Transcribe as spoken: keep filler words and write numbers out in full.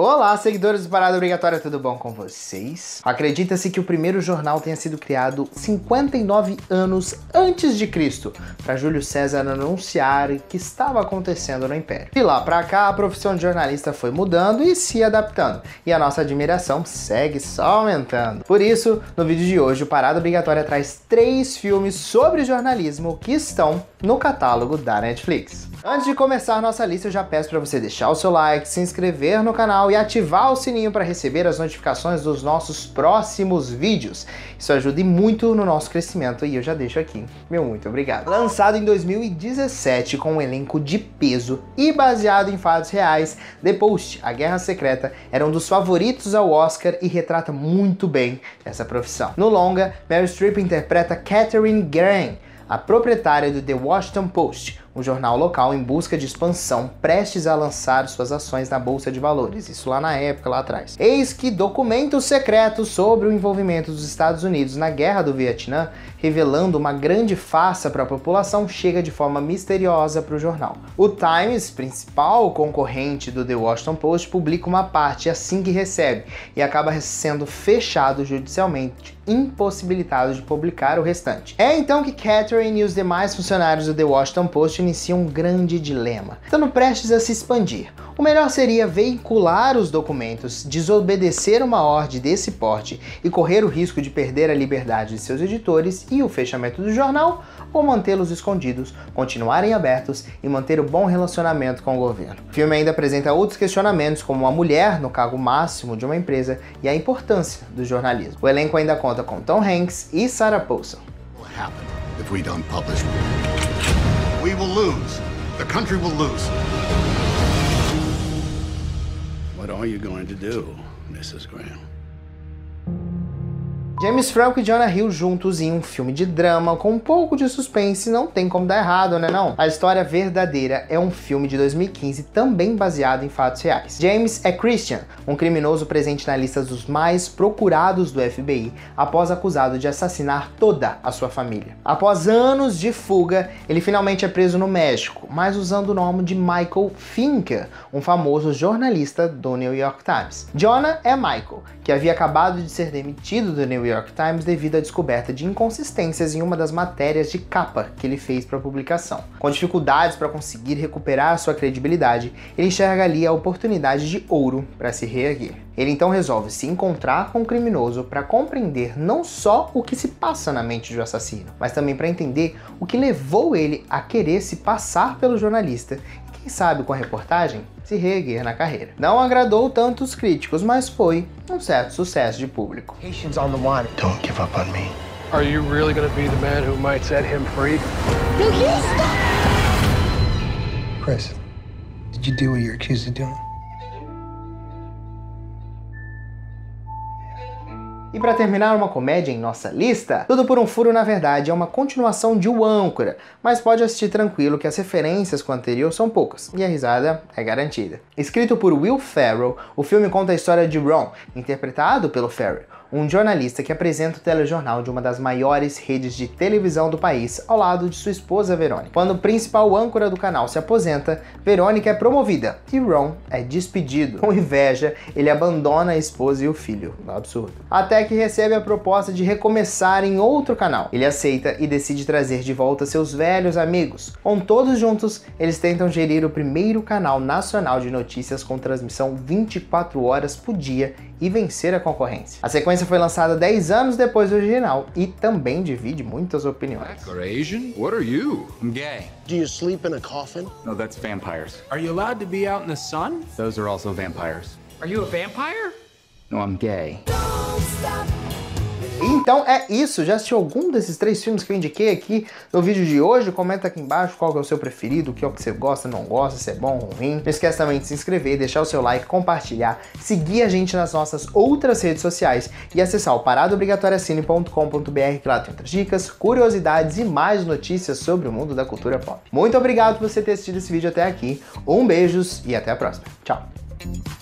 Olá, seguidores do Parada Obrigatória, tudo bom com vocês? Acredita-se que o primeiro jornal tenha sido criado cinquenta e nove anos antes de Cristo, para Júlio César anunciar o que estava acontecendo no Império. De lá para cá, a profissão de jornalista foi mudando e se adaptando, e a nossa admiração segue só aumentando. Por isso, no vídeo de hoje, o Parada Obrigatória traz três filmes sobre jornalismo que estão no catálogo da Netflix. Antes de começar nossa lista, eu já peço para você deixar o seu like, se inscrever no canal e ativar o sininho para receber as notificações dos nossos próximos vídeos. Isso ajuda muito no nosso crescimento e eu já deixo aqui meu muito obrigado. Lançado em dois mil e dezessete com um elenco de peso e baseado em fatos reais, The Post, A Guerra Secreta, era um dos favoritos ao Oscar e retrata muito bem essa profissão. No longa, Meryl Streep interpreta Katharine Graham, a proprietária do The Washington Post, um jornal local em busca de expansão, prestes a lançar suas ações na Bolsa de Valores, isso lá na época, lá atrás. Eis que documentos secretos sobre o envolvimento dos Estados Unidos na Guerra do Vietnã, revelando uma grande farsa para a população, chega de forma misteriosa para o jornal. O Times, principal concorrente do The Washington Post, publica uma parte assim que recebe e acaba sendo fechado judicialmente, impossibilitado de publicar o restante. É então que Katharine e os demais funcionários do The Washington Post iniciam um grande dilema, estando prestes a se expandir. O melhor seria veicular os documentos, desobedecer uma ordem desse porte e correr o risco de perder a liberdade de seus editores e o fechamento do jornal, ou mantê-los escondidos, continuarem abertos e manter o bom relacionamento com o governo. O filme ainda apresenta outros questionamentos, como a mulher no cargo máximo de uma empresa e a importância do jornalismo. O elenco ainda conta com Tom Hanks e Sarah Paulson. We will lose. The country will lose. What are you going to do, Missus Graham? James Franco e Jonah Hill juntos em um filme de drama com um pouco de suspense, não tem como dar errado, né não? A História Verdadeira é um filme de dois mil e quinze também baseado em fatos reais. James é Christian, um criminoso presente na lista dos mais procurados do F B I, após acusado de assassinar toda a sua família. Após anos de fuga, ele finalmente é preso no México, mas usando o nome de Michael Finker, um famoso jornalista do New York Times. Jonah é Michael, que havia acabado de ser demitido do New York York Times devido à descoberta de inconsistências em uma das matérias de capa que ele fez para a publicação. Com dificuldades para conseguir recuperar sua credibilidade, ele enxerga ali a oportunidade de ouro para se reerguer. Ele então resolve se encontrar com o criminoso para compreender não só o que se passa na mente do assassino, mas também para entender o que levou ele a querer se passar pelo jornalista e, quem sabe, com a reportagem, se reerguer na carreira. Não agradou tanto os críticos, mas foi um certo sucesso de público. Patience on the one. Don't give up on me. Are you really going to be the man who might set him free? No, he's not. Chris, did you do what you're accused of doing? E para terminar uma comédia em nossa lista, Tudo por um Furo na verdade é uma continuação de O Âncora, mas pode assistir tranquilo que as referências com o anterior são poucas, e a risada é garantida. Escrito por Will Ferrell, o filme conta a história de Ron, interpretado pelo Ferrell, um jornalista que apresenta o telejornal de uma das maiores redes de televisão do país, ao lado de sua esposa Verônica. Quando o principal âncora do canal se aposenta, Verônica é promovida e Ron é despedido. Com inveja, ele abandona a esposa e o filho. Um absurdo. Até que recebe a proposta de recomeçar em outro canal. Ele aceita e decide trazer de volta seus velhos amigos. Com todos juntos, eles tentam gerir o primeiro canal nacional de notícias com transmissão vinte e quatro horas por dia e vencer a concorrência. A sequência foi lançada dez anos depois do original e também divide muitas opiniões. You're Asian? What are you? I'm gay. Do you sleep in a coffin? No, that's vampires. Are you allowed to be out in the sun? Those are also vampires. Are you a vampire? No, I'm gay. Então é isso, já assistiu algum desses três filmes que eu indiquei aqui no vídeo de hoje? Comenta aqui embaixo qual que é o seu preferido, o que é o que você gosta, não gosta, se é bom ou ruim. Não esquece também de se inscrever, deixar o seu like, compartilhar, seguir a gente nas nossas outras redes sociais e acessar o parada obrigatória cine ponto com ponto br, que lá tem outras dicas, curiosidades e mais notícias sobre o mundo da cultura pop. Muito obrigado por você ter assistido esse vídeo até aqui, um beijos e até a próxima. Tchau!